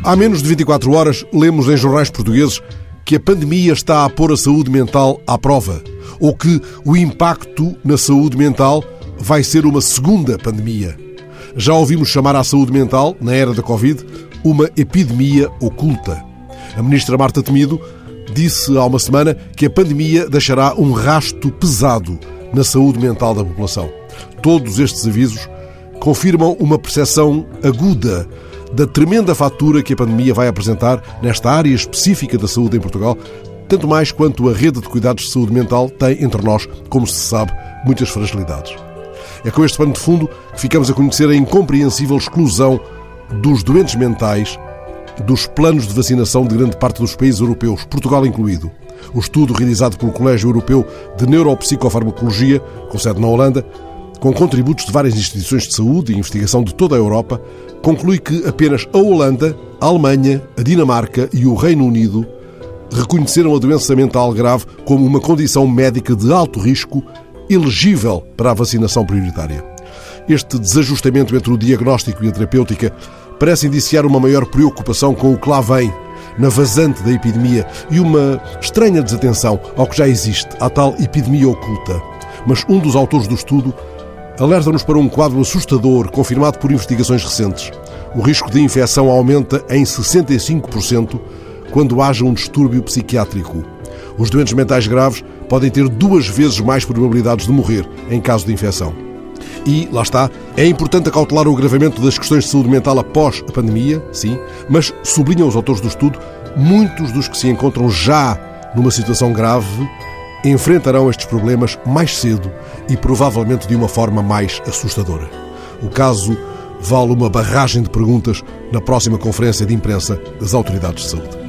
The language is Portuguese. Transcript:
Há menos de 24 horas, lemos em jornais portugueses que a pandemia está a pôr a saúde mental à prova, ou que o impacto na saúde mental vai ser uma segunda pandemia. Já ouvimos chamar à saúde mental, na era da Covid, uma epidemia oculta. A ministra Marta Temido disse há uma semana que a pandemia deixará um rasto pesado na saúde mental da população. Todos estes avisos confirmam uma percepção aguda da tremenda fatura que a pandemia vai apresentar nesta área específica da saúde em Portugal, tanto mais quanto a rede de cuidados de saúde mental tem entre nós, como se sabe, muitas fragilidades. É com este pano de fundo que ficamos a conhecer a incompreensível exclusão dos doentes mentais dos planos de vacinação de grande parte dos países europeus, Portugal incluído. O estudo realizado pelo Colégio Europeu de Neuropsicofarmacologia, com sede na Holanda, com contributos de várias instituições de saúde e investigação de toda a Europa, conclui que apenas a Holanda, a Alemanha, a Dinamarca e o Reino Unido reconheceram a doença mental grave como uma condição médica de alto risco elegível para a vacinação prioritária. Este desajustamento entre o diagnóstico e a terapêutica parece indiciar uma maior preocupação com o que lá vem, na vazante da epidemia, e uma estranha desatenção ao que já existe, a tal epidemia oculta. Mas um dos autores do estudo alerta-nos para um quadro assustador, confirmado por investigações recentes. O risco de infecção aumenta em 65% quando haja um distúrbio psiquiátrico. Os doentes mentais graves podem ter 2 vezes mais probabilidades de morrer em caso de infecção. E, lá está, é importante acautelar o agravamento das questões de saúde mental após a pandemia, sim, mas, sublinham os autores do estudo, muitos dos que se encontram já numa situação grave enfrentarão estes problemas mais cedo e provavelmente de uma forma mais assustadora. O caso vale uma barragem de perguntas na próxima conferência de imprensa das autoridades de saúde.